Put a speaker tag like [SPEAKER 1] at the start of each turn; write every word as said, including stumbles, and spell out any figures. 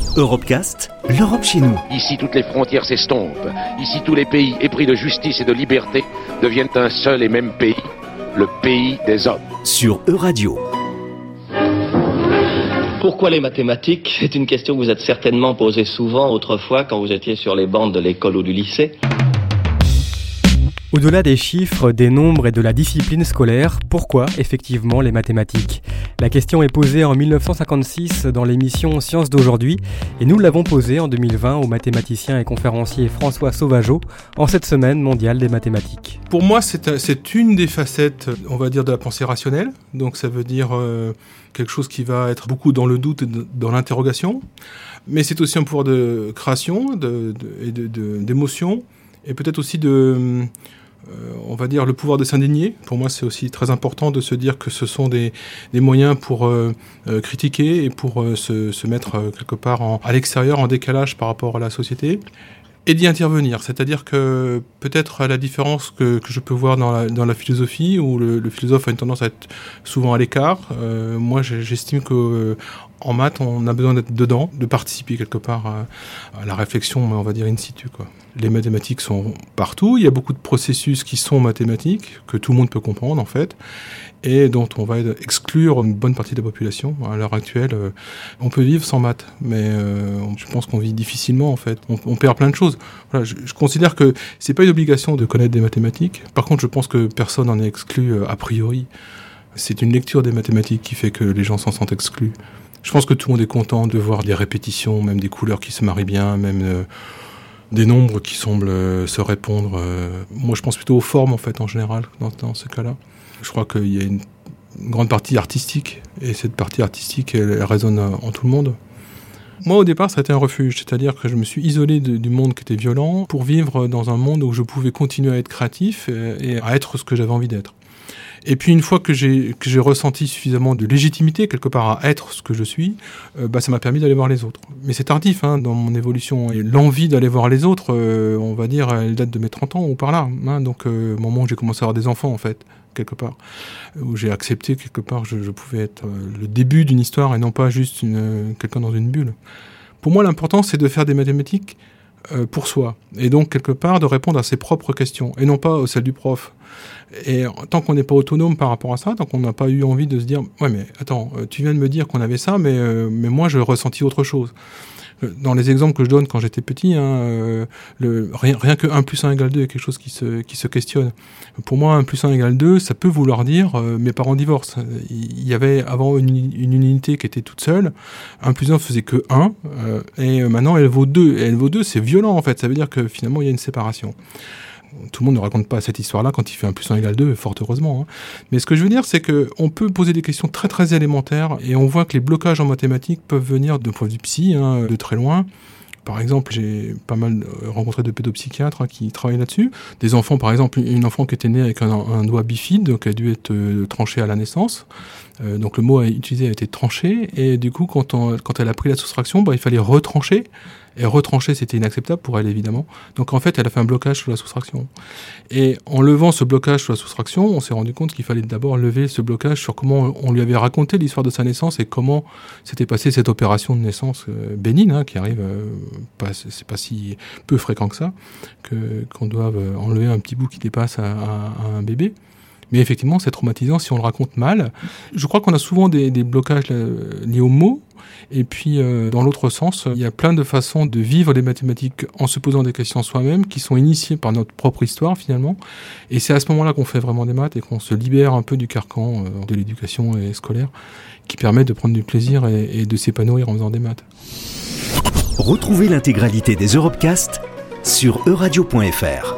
[SPEAKER 1] Europecast, l'Europe chez nous.
[SPEAKER 2] Ici, toutes les frontières s'estompent. Ici, tous les pays épris de justice et de liberté deviennent un seul et même pays, le pays des hommes.
[SPEAKER 1] Sur Euradio.
[SPEAKER 3] Pourquoi les mathématiques ? C'est une question que vous êtes certainement posée souvent autrefois quand vous étiez sur les bancs de l'école ou du lycée.
[SPEAKER 4] Au-delà des chiffres, des nombres et de la discipline scolaire, pourquoi effectivement les mathématiques ? La question est posée en dix-neuf cent cinquante-six dans l'émission Sciences d'aujourd'hui et nous l'avons posée en deux mille vingt au mathématicien et conférencier François Sauvageau en cette semaine mondiale des mathématiques.
[SPEAKER 5] Pour moi, c'est, c'est une des facettes, on va dire, de la pensée rationnelle. Donc ça veut dire euh, quelque chose qui va être beaucoup dans le doute et dans l'interrogation. Mais c'est aussi un pouvoir de création de, de, et de, de, d'émotion et peut-être aussi de... Euh, on va dire le pouvoir de s'indigner. Pour moi, c'est aussi très important de se dire que ce sont des, des moyens pour euh, euh, critiquer et pour euh, se, se mettre euh, quelque part en, à l'extérieur, en décalage par rapport à la société, et d'y intervenir. C'est-à-dire que peut-être à la différence que, que je peux voir dans la, dans la philosophie, où le, le philosophe a une tendance à être souvent à l'écart, euh, moi j'estime que euh, en maths, on a besoin d'être dedans, de participer quelque part à, à la réflexion, on va dire in situ, quoi. Les mathématiques sont partout, il y a beaucoup de processus qui sont mathématiques, que tout le monde peut comprendre en fait, et dont on va exclure une bonne partie de la population. À l'heure actuelle, euh, on peut vivre sans maths, mais euh, je pense qu'on vit difficilement en fait, on, on perd plein de choses. Voilà, je, je considère que c'est pas une obligation de connaître des mathématiques, par contre je pense que personne n'en est exclu euh, a priori. C'est une lecture des mathématiques qui fait que les gens s'en sentent exclus. Je pense que tout le monde est content de voir des répétitions, même des couleurs qui se marient bien, même euh, des nombres qui semblent euh, se répondre. Euh. Moi, je pense plutôt aux formes, en fait, en général, dans, dans ce cas-là. Je crois qu'il y a une, une grande partie artistique, et cette partie artistique, elle, elle résonne en tout le monde. Moi, au départ, ça a été un refuge, c'est-à-dire que je me suis isolé de, du monde qui était violent pour vivre dans un monde où je pouvais continuer à être créatif et, et à être ce que j'avais envie d'être. Et puis une fois que j'ai, que j'ai ressenti suffisamment de légitimité, quelque part à être ce que je suis, euh, bah, ça m'a permis d'aller voir les autres. Mais c'est tardif hein, dans mon évolution. Et l'envie d'aller voir les autres, euh, on va dire, elle date de mes trente ans ou par là. Hein, donc euh, au moment où j'ai commencé à avoir des enfants, en fait, quelque part. Où j'ai accepté, quelque part, je, je pouvais être euh, le début d'une histoire et non pas juste une, quelqu'un dans une bulle. Pour moi, l'important, c'est de faire des mathématiques euh, pour soi. Et donc, quelque part, de répondre à ses propres questions et non pas à celles du prof. Et tant qu'on n'est pas autonome par rapport à ça, tant qu'on n'a pas eu envie de se dire « Ouais, mais attends, tu viens de me dire qu'on avait ça, mais, euh, mais moi, je ressentis autre chose. » Dans les exemples que je donne quand j'étais petit, hein, euh, le, rien, rien que un plus un égale deux est quelque chose qui se, qui se questionne. Pour moi, un plus un égale deux, ça peut vouloir dire euh, mes parents divorcent. Il y avait avant une, une unité qui était toute seule, un plus un faisait que un, euh, et maintenant elle vaut deux. Et elle vaut deux, c'est violent en fait, ça veut dire que finalement il y a une séparation. Tout le monde ne raconte pas cette histoire-là quand il fait un plus un égale deux, fort heureusement. Hein. Mais ce que je veux dire, c'est qu'on peut poser des questions très très élémentaires et on voit que les blocages en mathématiques peuvent venir d'un point de vue psy, hein, de très loin. Par exemple, j'ai pas mal rencontré de pédopsychiatres hein, qui travaillent là-dessus. Des enfants, par exemple, une enfant qui était née avec un, un doigt bifide, donc qui a dû être euh, tranché à la naissance. Euh, donc le mot utilisé a été tranché, et du coup, quand, on, quand elle a pris la soustraction, bah, il fallait retrancher. Et retrancher, c'était inacceptable pour elle, évidemment. Donc en fait, elle a fait un blocage sur la soustraction. Et en levant ce blocage sur la soustraction, on s'est rendu compte qu'il fallait d'abord lever ce blocage sur comment on lui avait raconté l'histoire de sa naissance et comment s'était passée cette opération de naissance euh, bénigne, hein, qui arrive, euh, pas, c'est pas si peu fréquent que ça, que, qu'on doive enlever un petit bout qui dépasse à, à, à un bébé. Mais effectivement, c'est traumatisant si on le raconte mal. Je crois qu'on a souvent des, des blocages là, liés aux mots. Et puis, euh, dans l'autre sens, il y a plein de façons de vivre les mathématiques en se posant des questions soi-même, qui sont initiées par notre propre histoire, finalement. Et c'est à ce moment-là qu'on fait vraiment des maths et qu'on se libère un peu du carcan euh, de l'éducation et scolaire, qui permet de prendre du plaisir et, et de s'épanouir en faisant des maths.
[SPEAKER 1] Retrouvez l'intégralité des Europecast sur euradio point f r.